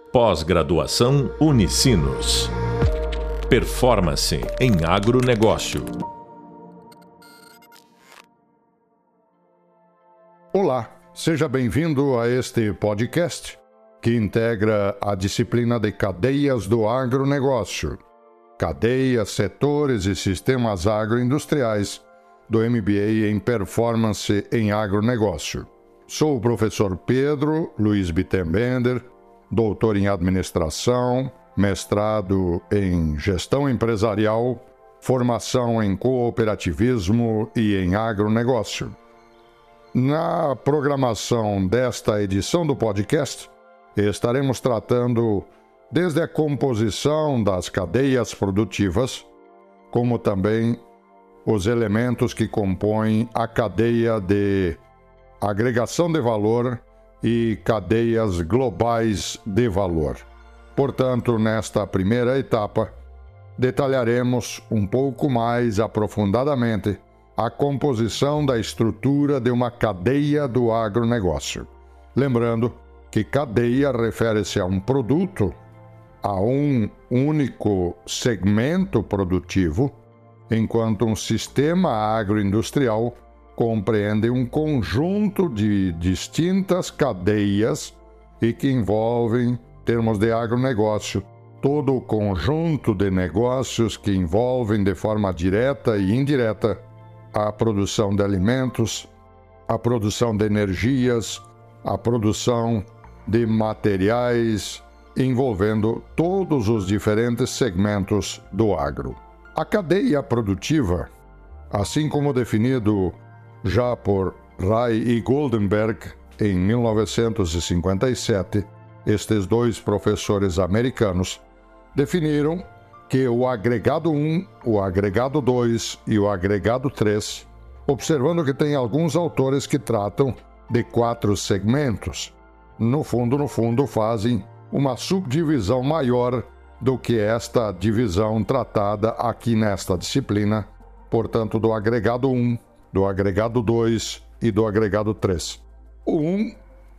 Pós-graduação Unicinos. Performance em agronegócio. Olá, seja bem-vindo a este podcast que integra a disciplina de cadeias do agronegócio, cadeias, setores e sistemas agroindustriais do MBA em Performance em Agronegócio. Sou o professor Pedro Luiz Bittenbender, doutor em administração, mestrado em gestão empresarial, formação em cooperativismo e em agronegócio. Na programação desta edição do podcast, estaremos tratando desde a composição das cadeias produtivas, como também os elementos que compõem a cadeia de agregação de valor e cadeias globais de valor. Portanto, nesta primeira etapa, detalharemos um pouco mais aprofundadamente a composição da estrutura de uma cadeia do agronegócio. Lembrando que cadeia refere-se a um produto, a um único segmento produtivo, enquanto um sistema agroindustrial compreende um conjunto de distintas cadeias e que envolvem, em termos de agronegócio, todo o conjunto de negócios que envolvem de forma direta e indireta a produção de alimentos, a produção de energias, a produção de materiais, envolvendo todos os diferentes segmentos do agro. A cadeia produtiva, assim como definido já por Ray e Goldenberg em 1957, estes dois professores americanos definiram que o agregado 1, o agregado 2 e o agregado 3, observando que tem alguns autores que tratam de 4 segmentos. No fundo, fazem uma subdivisão maior do que esta divisão tratada aqui nesta disciplina, portanto, do agregado 1, do agregado 2 e do agregado 3. O 1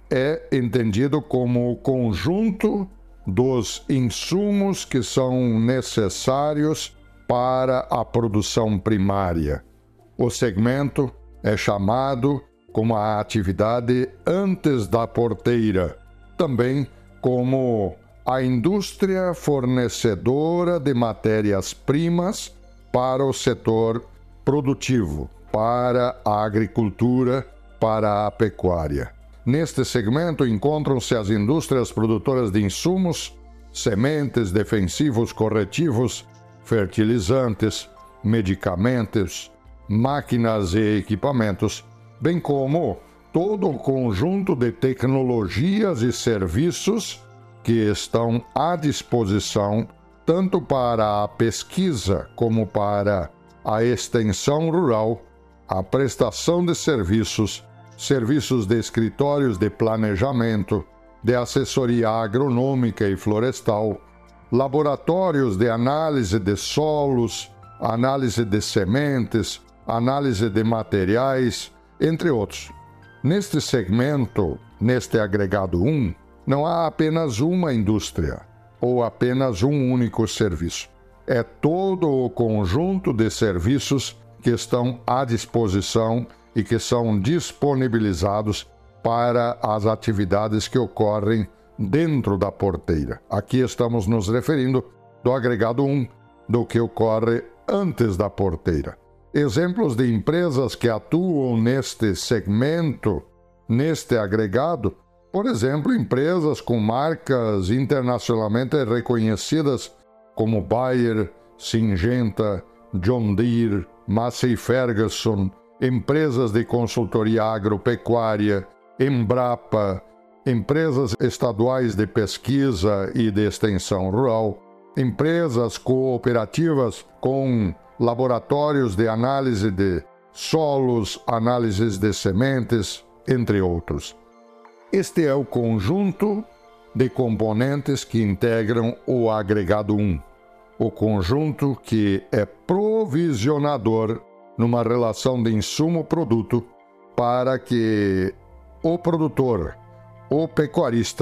é entendido como o conjunto dos insumos que são necessários para a produção primária. O segmento é chamado como a atividade antes da porteira, também como a indústria fornecedora de matérias-primas para o setor produtivo, para a agricultura, para a pecuária. Neste segmento encontram-se as indústrias produtoras de insumos, sementes, defensivos, corretivos, fertilizantes, medicamentos, máquinas e equipamentos, bem como todo o conjunto de tecnologias e serviços que estão à disposição tanto para a pesquisa como para a extensão rural, a prestação de serviços, serviços de escritórios de planejamento, de assessoria agronômica e florestal, laboratórios de análise de solos, análise de sementes, análise de materiais, entre outros. Neste segmento, neste agregado 1, não há apenas uma indústria ou apenas um único serviço. É todo o conjunto de serviços que estão à disposição e que são disponibilizados para as atividades que ocorrem dentro da porteira. Aqui estamos nos referindo do agregado 1, do que ocorre antes da porteira. Exemplos de empresas que atuam neste segmento, neste agregado, por exemplo, empresas com marcas internacionalmente reconhecidas como Bayer, Syngenta, John Deere, Massey Ferguson, empresas de consultoria agropecuária, Embrapa, empresas estaduais de pesquisa e de extensão rural, empresas cooperativas com laboratórios de análise de solos, análises de sementes, entre outros. Este é o conjunto de componentes que integram o agregado 1, o conjunto que é provisionador numa relação de insumo-produto para que o produtor, o pecuarista,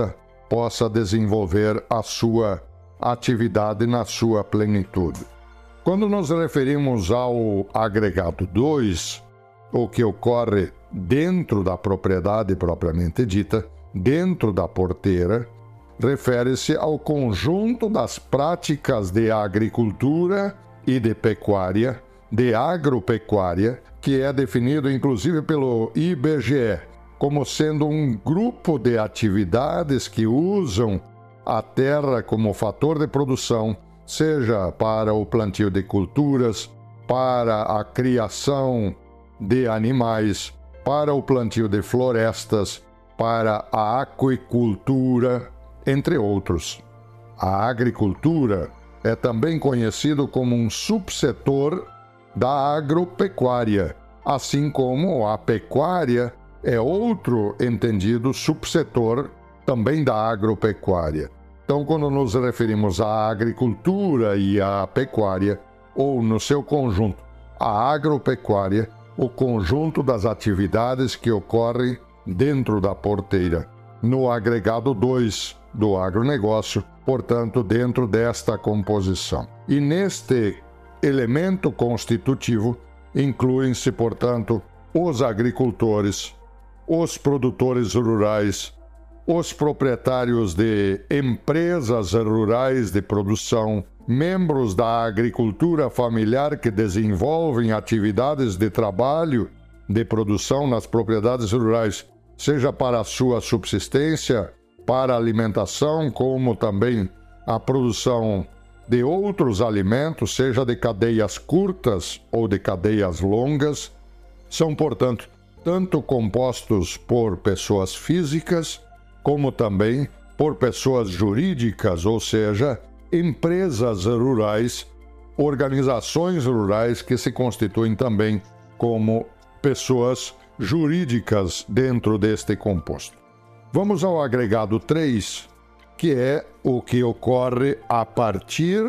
possa desenvolver a sua atividade na sua plenitude. Quando nos referimos ao agregado 2, o que ocorre dentro da propriedade propriamente dita, dentro da porteira, refere-se ao conjunto das práticas de agricultura e de pecuária, de agropecuária, que é definido inclusive pelo IBGE como sendo um grupo de atividades que usam a terra como fator de produção, seja para o plantio de culturas, para a criação de animais, para o plantio de florestas, para a aquicultura, entre outros. A agricultura é também conhecido como um subsetor da agropecuária, assim como a pecuária é outro entendido subsetor também da agropecuária. Então, quando nos referimos à agricultura e à pecuária, ou no seu conjunto, a agropecuária, o conjunto das atividades que ocorrem dentro da porteira, no agregado 2 do agronegócio, portanto, dentro desta composição. E neste elemento constitutivo incluem-se, portanto, os agricultores, os produtores rurais, os proprietários de empresas rurais de produção, membros da agricultura familiar que desenvolvem atividades de trabalho de produção nas propriedades rurais, seja para a sua subsistência, para a alimentação, como também a produção de outros alimentos, seja de cadeias curtas ou de cadeias longas, são, portanto, tanto compostos por pessoas físicas, como também por pessoas jurídicas, ou seja, empresas rurais, organizações rurais que se constituem também como pessoas jurídicas dentro deste composto. Vamos ao agregado 3, que é o que ocorre a partir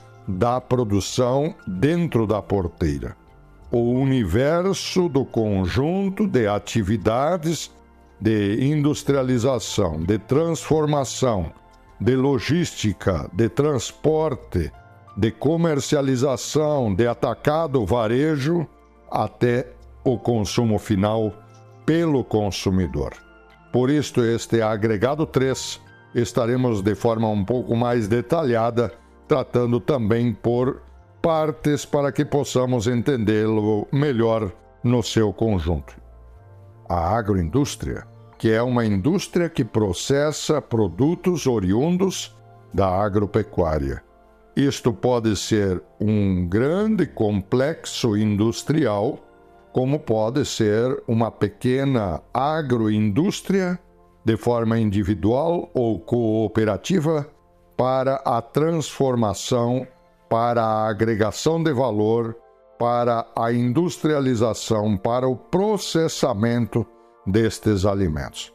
da produção dentro da porteira. O universo do conjunto de atividades de industrialização, de transformação, de logística, de transporte, de comercialização, de atacado, varejo, até o consumo final pelo consumidor. Por isto, este agregado 3, estaremos de forma um pouco mais detalhada, tratando também por partes para que possamos entendê-lo melhor no seu conjunto. A agroindústria, que é uma indústria que processa produtos oriundos da agropecuária. Isto pode ser um grande complexo industrial, como pode ser uma pequena agroindústria de forma individual ou cooperativa para a transformação, para a agregação de valor, para a industrialização, para o processamento destes alimentos.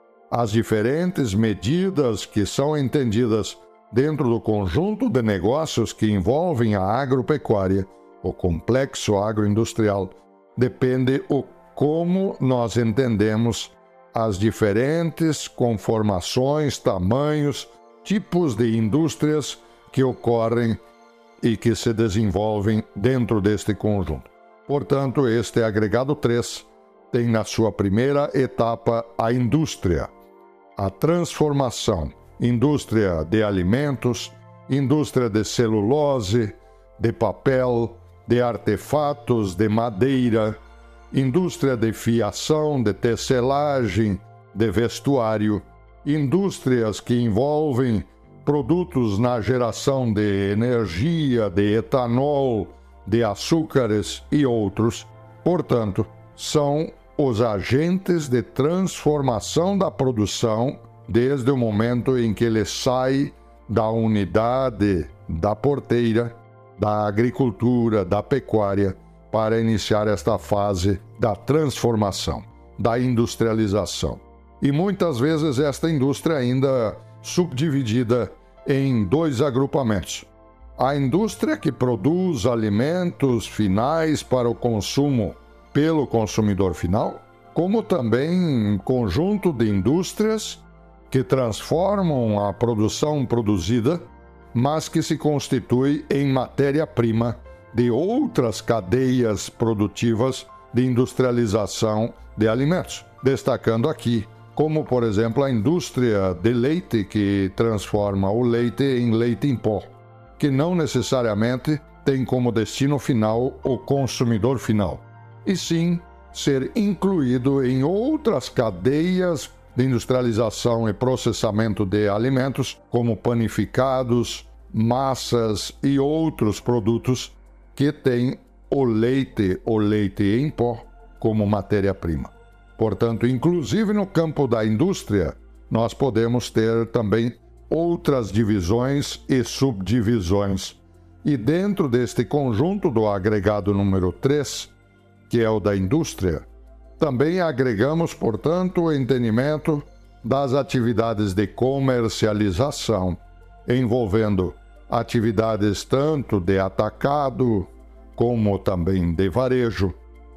As diferentes medidas que são entendidas dentro do conjunto de negócios que envolvem a agropecuária, o complexo agroindustrial, depende o como nós entendemos as diferentes conformações, tamanhos, tipos de indústrias que ocorrem e que se desenvolvem dentro deste conjunto. Portanto, este agregado 3 tem na sua primeira etapa a indústria, a transformação, indústria de alimentos, indústria de celulose, de papel, de artefatos, de madeira, indústria de fiação, de tecelagem, de vestuário, indústrias que envolvem produtos na geração de energia, de etanol, de açúcares e outros. Portanto, são os agentes de transformação da produção desde o momento em que ele sai da unidade da porteira, da agricultura, da pecuária, para iniciar esta fase da transformação, da industrialização. E muitas vezes esta indústria ainda subdividida em dois agrupamentos. A indústria que produz alimentos finais para o consumo pelo consumidor final, como também um conjunto de indústrias que transformam a produção produzida, mas que se constitui em matéria-prima de outras cadeias produtivas de industrialização de alimentos, destacando aqui, como por exemplo a indústria de leite, que transforma o leite em leite em pó, que não necessariamente tem como destino final o consumidor final, e sim ser incluído em outras cadeias de industrialização e processamento de alimentos, como panificados, massas e outros produtos que têm o leite em pó como matéria-prima. Portanto, inclusive no campo da indústria, nós podemos ter também outras divisões e subdivisões. E dentro deste conjunto do agregado número 3, que é o da indústria, também agregamos, portanto, o entendimento das atividades de comercialização, envolvendo atividades tanto de atacado como também de varejo,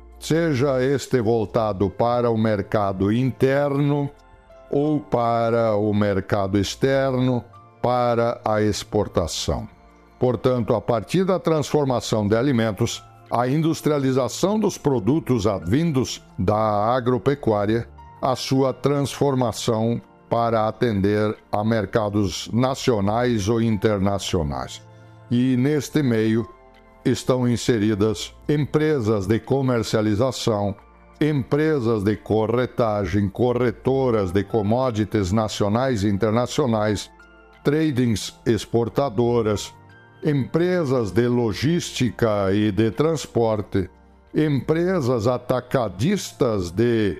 seja este voltado para o mercado interno ou para o mercado externo, para a exportação. Portanto, a partir da transformação de alimentos, a industrialização dos produtos advindos da agropecuária, a sua transformação para atender a mercados nacionais ou internacionais. E neste meio estão inseridas empresas de comercialização, empresas de corretagem, corretoras de commodities nacionais e internacionais, tradings exportadoras, empresas de logística e de transporte, empresas atacadistas de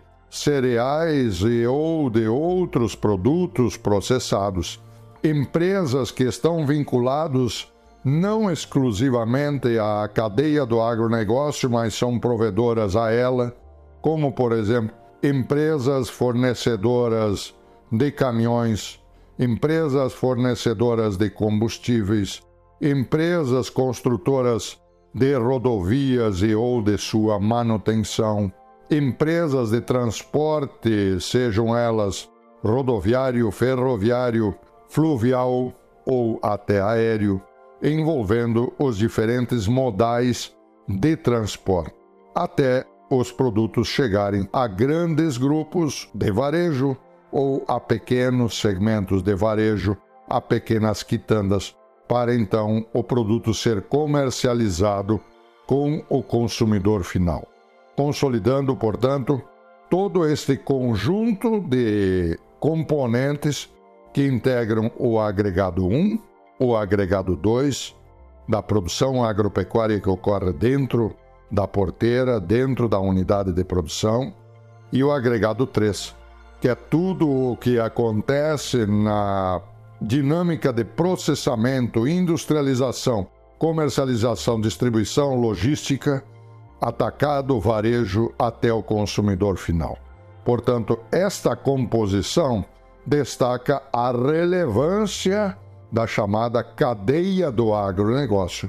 cereais e ou de outros produtos processados, empresas que estão vinculados não exclusivamente à cadeia do agronegócio, mas são provedoras a ela, como, por exemplo, empresas fornecedoras de caminhões, empresas fornecedoras de combustíveis, empresas construtoras de rodovias e ou de sua manutenção, empresas de transporte, sejam elas rodoviário, ferroviário, fluvial ou até aéreo, envolvendo os diferentes modais de transporte, até os produtos chegarem a grandes grupos de varejo ou a pequenos segmentos de varejo, a pequenas quitandas, para então o produto ser comercializado com o consumidor final. Consolidando, portanto, todo este conjunto de componentes que integram o agregado 1, o agregado 2, da produção agropecuária que ocorre dentro da porteira, dentro da unidade de produção, e o agregado 3, que é tudo o que acontece na dinâmica de processamento, industrialização, comercialização, distribuição, logística, atacado, varejo até o consumidor final. Portanto, esta composição destaca a relevância da chamada cadeia do agronegócio,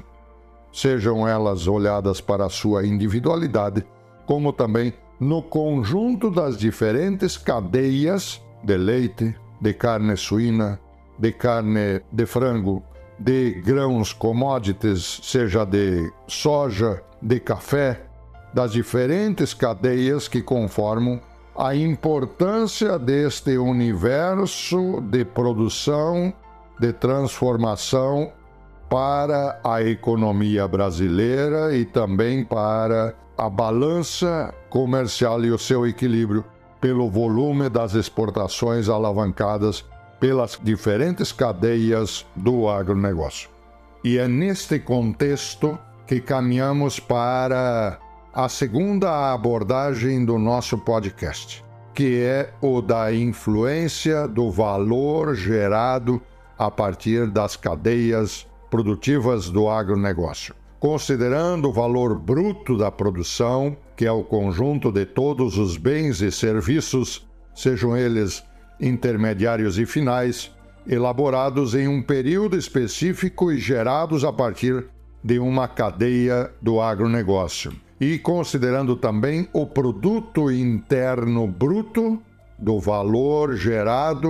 sejam elas olhadas para a sua individualidade, como também no conjunto das diferentes cadeias de leite, de carne suína, de carne de frango, de grãos commodities, seja de soja, de café, das diferentes cadeias que conformam a importância deste universo de produção, de transformação para a economia brasileira e também para a balança comercial e o seu equilíbrio pelo volume das exportações alavancadas pelas diferentes cadeias do agronegócio. E é neste contexto que caminhamos para a segunda abordagem do nosso podcast, que é o da influência do valor gerado a partir das cadeias produtivas do agronegócio. Considerando o valor bruto da produção, que é o conjunto de todos os bens e serviços, sejam eles intermediários e finais, elaborados em um período específico e gerados a partir de uma cadeia do agronegócio. E considerando também o produto interno bruto do valor gerado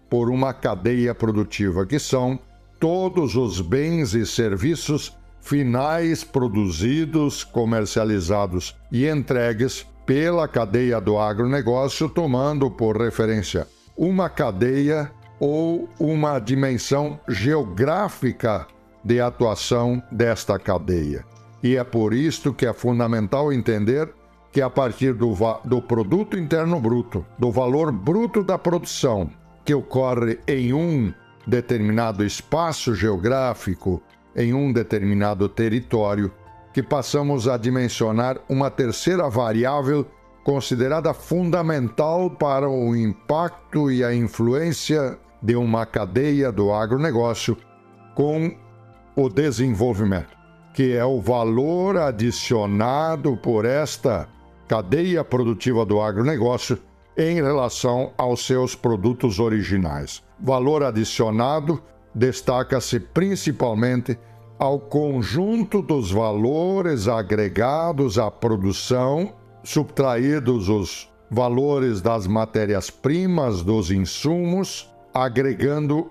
por uma cadeia produtiva, que são todos os bens e serviços finais produzidos, comercializados e entregues pela cadeia do agronegócio, tomando por referência uma cadeia ou uma dimensão geográfica de atuação desta cadeia. E é por isto que é fundamental entender que a partir do produto interno bruto, do valor bruto da produção, que ocorre em um determinado espaço geográfico, em um determinado território, que passamos a dimensionar uma terceira variável considerada fundamental para o impacto e a influência de uma cadeia do agronegócio com o desenvolvimento, que é o valor adicionado por esta cadeia produtiva do agronegócio em relação aos seus produtos originais. Valor adicionado destaca-se principalmente ao conjunto dos valores agregados à produção, subtraídos os valores das matérias-primas, dos insumos, agregando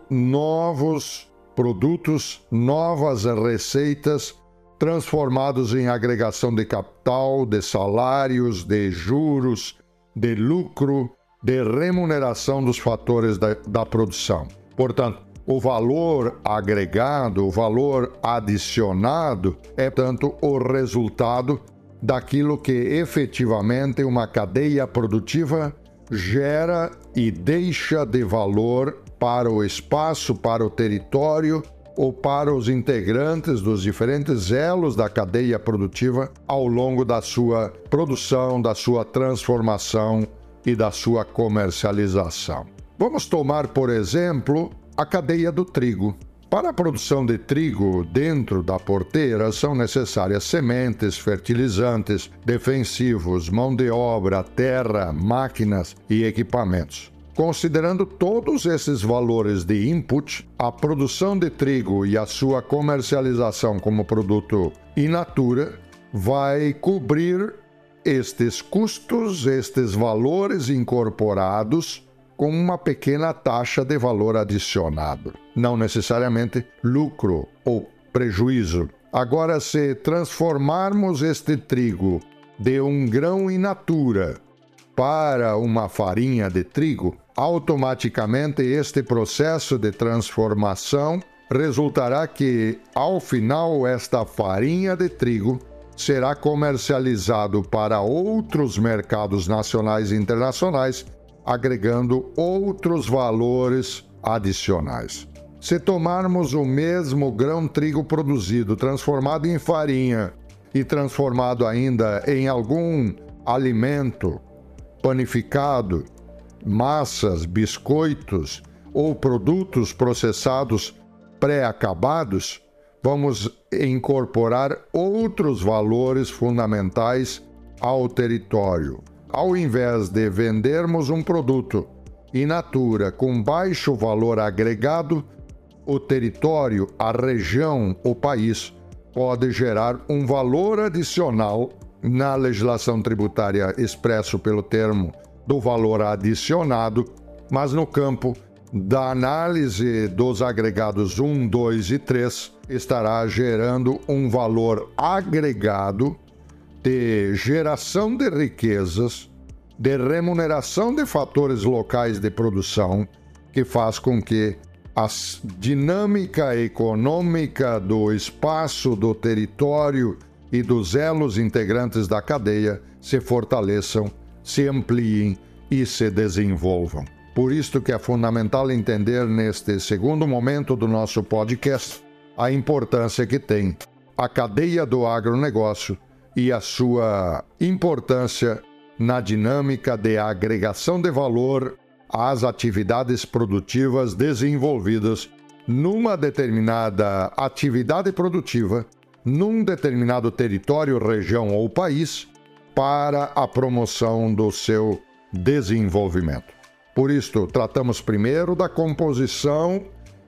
novos produtos, novas receitas, transformados em agregação de capital, de salários, de juros, de lucro, de remuneração dos fatores da produção. Portanto, o valor agregado, o valor adicionado é, tanto, o resultado daquilo que efetivamente uma cadeia produtiva gera e deixa de valor para o espaço, para o território ou para os integrantes dos diferentes elos da cadeia produtiva ao longo da sua produção, da sua transformação e da sua comercialização. Vamos tomar, por exemplo, a cadeia do trigo. Para a produção de trigo dentro da porteira são necessárias sementes, fertilizantes, defensivos, mão de obra, terra, máquinas e equipamentos. Considerando todos esses valores de input, a produção de trigo e a sua comercialização como produto in natura vai cobrir estes custos, estes valores incorporados com uma pequena taxa de valor adicionado, não necessariamente lucro ou prejuízo. Agora, se transformarmos este trigo de um grão in natura para uma farinha de trigo, automaticamente este processo de transformação resultará que, ao final, esta farinha de trigo será comercializado para outros mercados nacionais e internacionais, agregando outros valores adicionais. Se tomarmos o mesmo grão-trigo produzido, transformado em farinha e transformado ainda em algum alimento panificado, massas, biscoitos ou produtos processados pré-acabados, vamos incorporar outros valores fundamentais ao território. Ao invés de vendermos um produto in natura com baixo valor agregado, o território, a região, o país pode gerar um valor adicional na legislação tributária expresso pelo termo do valor adicionado, mas no campo da análise dos agregados 1, 2 e 3 estará gerando um valor agregado de geração de riquezas, de remuneração de fatores locais de produção, que faz com que a dinâmica econômica do espaço, do território e dos elos integrantes da cadeia se fortaleçam, se ampliem e se desenvolvam. Por isto que é fundamental entender neste segundo momento do nosso podcast a importância que tem a cadeia do agronegócio e a sua importância na dinâmica de agregação de valor às atividades produtivas desenvolvidas numa determinada atividade produtiva, num determinado território, região ou país, para a promoção do seu desenvolvimento. Por isto, tratamos primeiro da composição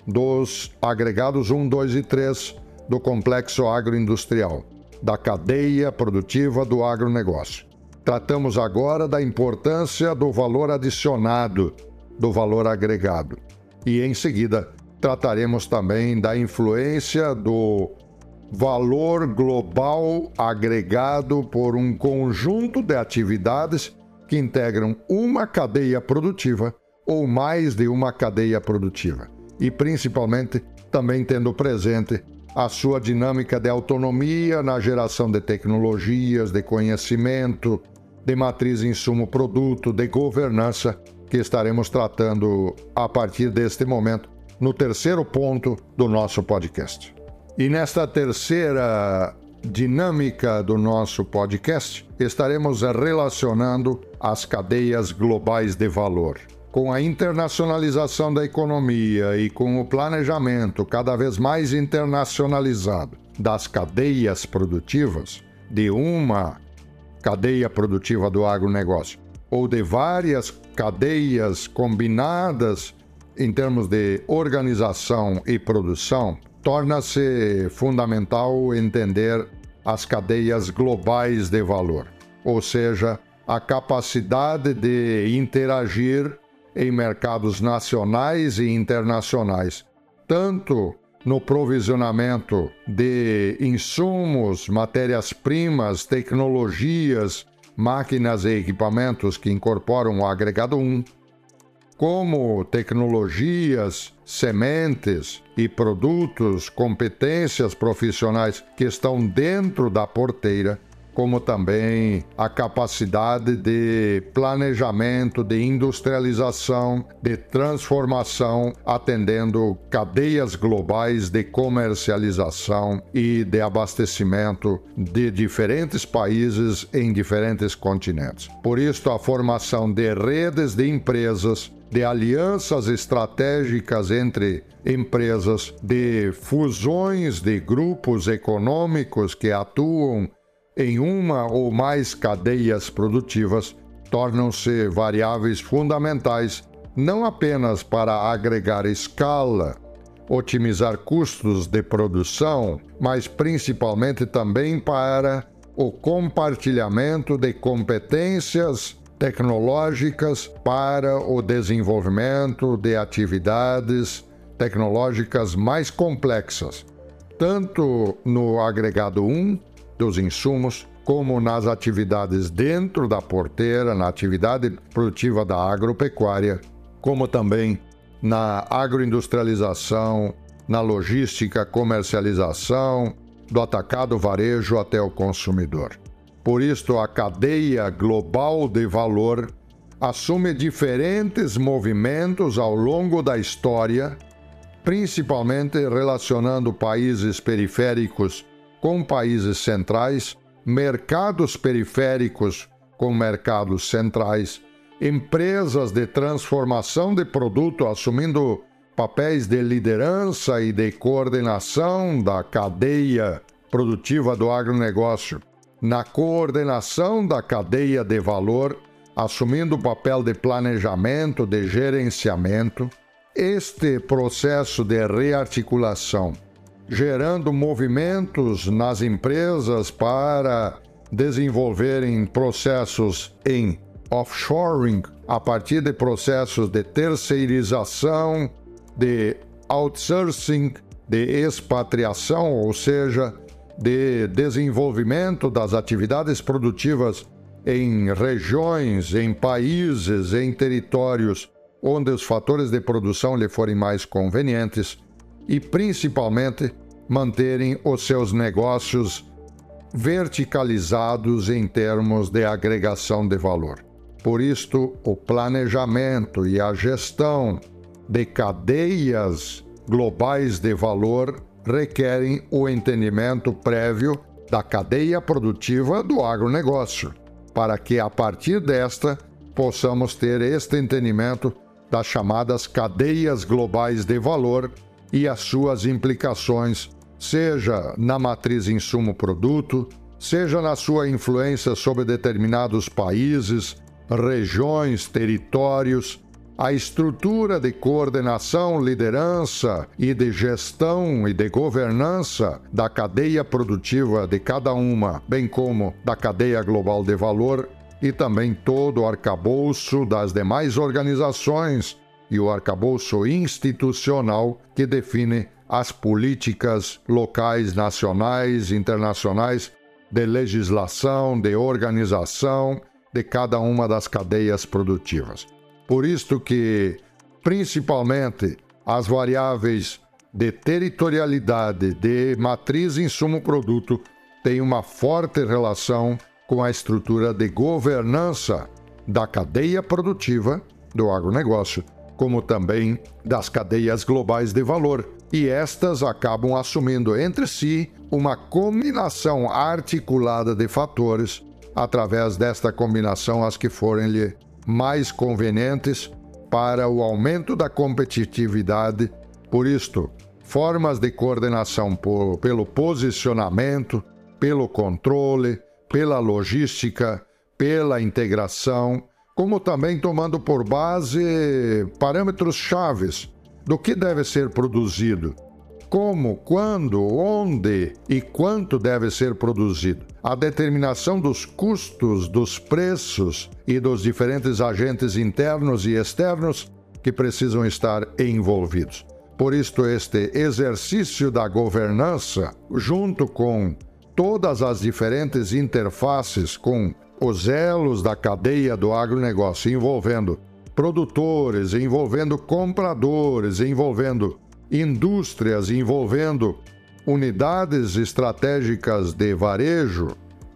dos agregados 1, 2 e 3 do complexo agroindustrial, da cadeia produtiva do agronegócio. Tratamos agora da importância do valor adicionado, do valor agregado. E em seguida trataremos também da influência do valor global agregado por um conjunto de atividades que integram uma cadeia produtiva ou mais de uma cadeia produtiva. E principalmente também tendo presente a sua dinâmica de autonomia na geração de tecnologias, de conhecimento, de matriz insumo-produto, de governança, que estaremos tratando a partir deste momento no terceiro ponto do nosso podcast. E nesta terceira dinâmica do nosso podcast, estaremos relacionando as cadeias globais de valor. Com a internacionalização da economia e com o planejamento cada vez mais internacionalizado das cadeias produtivas, de uma cadeia produtiva do agronegócio ou de várias cadeias combinadas em termos de organização e produção, torna-se fundamental entender as cadeias globais de valor, ou seja, a capacidade de interagir em mercados nacionais e internacionais, tanto no provisionamento de insumos, matérias-primas, tecnologias, máquinas e equipamentos que incorporam o agregado 1, como tecnologias, sementes e produtos, competências profissionais que estão dentro da porteira, como também a capacidade de planejamento, de industrialização, de transformação, atendendo cadeias globais de comercialização e de abastecimento de diferentes países em diferentes continentes. Por isso, a formação de redes de empresas, de alianças estratégicas entre empresas, de fusões de grupos econômicos que atuam em uma ou mais cadeias produtivas, tornam-se variáveis fundamentais não apenas para agregar escala, otimizar custos de produção, mas principalmente também para o compartilhamento de competências tecnológicas para o desenvolvimento de atividades tecnológicas mais complexas, tanto no agregado 1 dos insumos, como nas atividades dentro da porteira, na atividade produtiva da agropecuária, como também na agroindustrialização, na logística, comercialização, do atacado varejo até o consumidor. Por isto, a cadeia global de valor assume diferentes movimentos ao longo da história, principalmente relacionando países periféricos com países centrais, mercados periféricos com mercados centrais, empresas de transformação de produto assumindo papéis de liderança e de coordenação da cadeia produtiva do agronegócio, na coordenação da cadeia de valor, assumindo o papel de planejamento, de gerenciamento. Este processo de rearticulação, gerando movimentos nas empresas para desenvolverem processos em offshoring, a partir de processos de terceirização, de outsourcing, de expatriação, ou seja, de desenvolvimento das atividades produtivas em regiões, em países, em territórios onde os fatores de produção lhe forem mais convenientes, e principalmente manterem os seus negócios verticalizados em termos de agregação de valor. Por isto, o planejamento e a gestão de cadeias globais de valor requerem o entendimento prévio da cadeia produtiva do agronegócio, para que a partir desta possamos ter este entendimento das chamadas cadeias globais de valor e as suas implicações, seja na matriz insumo-produto, seja na sua influência sobre determinados países, regiões, territórios, a estrutura de coordenação, liderança e de gestão e de governança da cadeia produtiva de cada uma, bem como da cadeia global de valor, e também todo o arcabouço das demais organizações e o arcabouço institucional que define as políticas locais, nacionais, internacionais, de legislação, de organização de cada uma das cadeias produtivas. Por isto que, principalmente, as variáveis de territorialidade, de matriz insumo-produto, têm uma forte relação com a estrutura de governança da cadeia produtiva do agronegócio, como também das cadeias globais de valor. E estas acabam assumindo entre si uma combinação articulada de fatores, através desta combinação as que forem-lhe mais convenientes para o aumento da competitividade. Por isto, formas de coordenação pelo posicionamento, pelo controle, pela logística, pela integração, como também tomando por base parâmetros chaves do que deve ser produzido, como, quando, onde e quanto deve ser produzido, a determinação dos custos, dos preços e dos diferentes agentes internos e externos que precisam estar envolvidos. Por isto, este exercício da governança, junto com todas as diferentes interfaces com os elos da cadeia do agronegócio, envolvendo produtores, envolvendo compradores, envolvendo indústrias, envolvendo unidades estratégicas de varejo,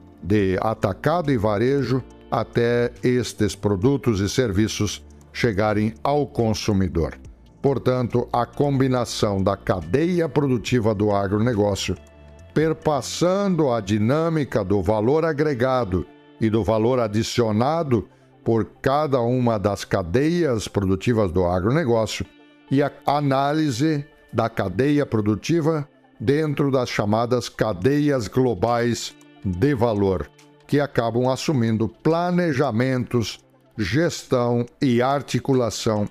de atacado e varejo, até estes produtos e serviços chegarem ao consumidor. Portanto, a combinação da cadeia produtiva do agronegócio, perpassando a dinâmica do valor agregado e do valor adicionado por cada uma das cadeias produtivas do agronegócio, e a análise da cadeia produtiva dentro das chamadas cadeias globais de valor, que acabam assumindo planejamentos, gestão e articulação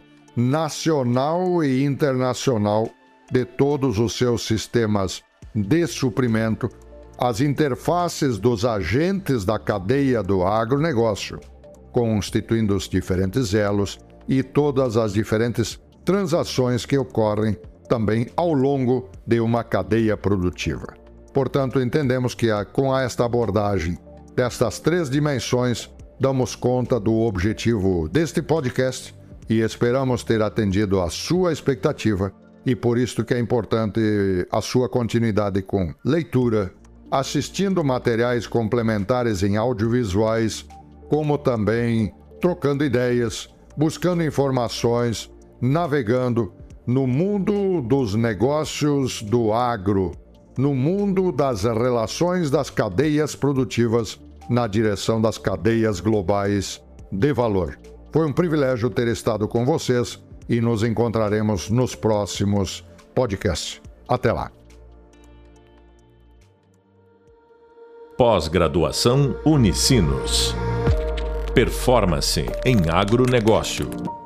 nacional e internacional de todos os seus sistemas de suprimento, as interfaces dos agentes da cadeia do agronegócio, constituindo os diferentes elos e todas as diferentes transações que ocorrem também ao longo de uma cadeia produtiva. Portanto, entendemos que com esta abordagem destas três dimensões, damos conta do objetivo deste podcast e esperamos ter atendido a sua expectativa, e por isso que é importante a sua continuidade com leitura, assistindo materiais complementares em audiovisuais, como também trocando ideias, buscando informações, navegando no mundo dos negócios do agro, no mundo das relações das cadeias produtivas na direção das cadeias globais de valor. Foi um privilégio ter estado com vocês e nos encontraremos nos próximos podcasts. Até lá. Pós-graduação Unicinos. Performance em agronegócio.